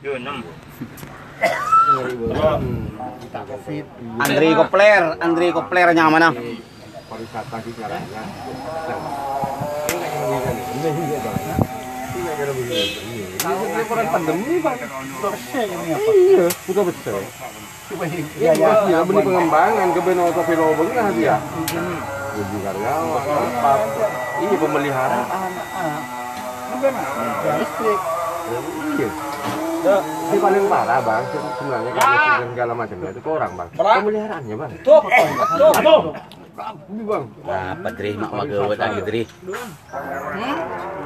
Andri Kopler yang mana? Pariwisata di caranya. Ini orang pandemi bang. Iya, sudah besar. Iya, beli pengembangan ke Benoto Filobeng lah dia. Gaji karyawan, iya pemeliharaan. Listrik. Iya. Ini paling parah bang, sebenarnya kan segala macamnya itu ke orang bang. Pemeliharaannya bang. Tuh. Bang. Apa Dri, mak magawat lagi Dri.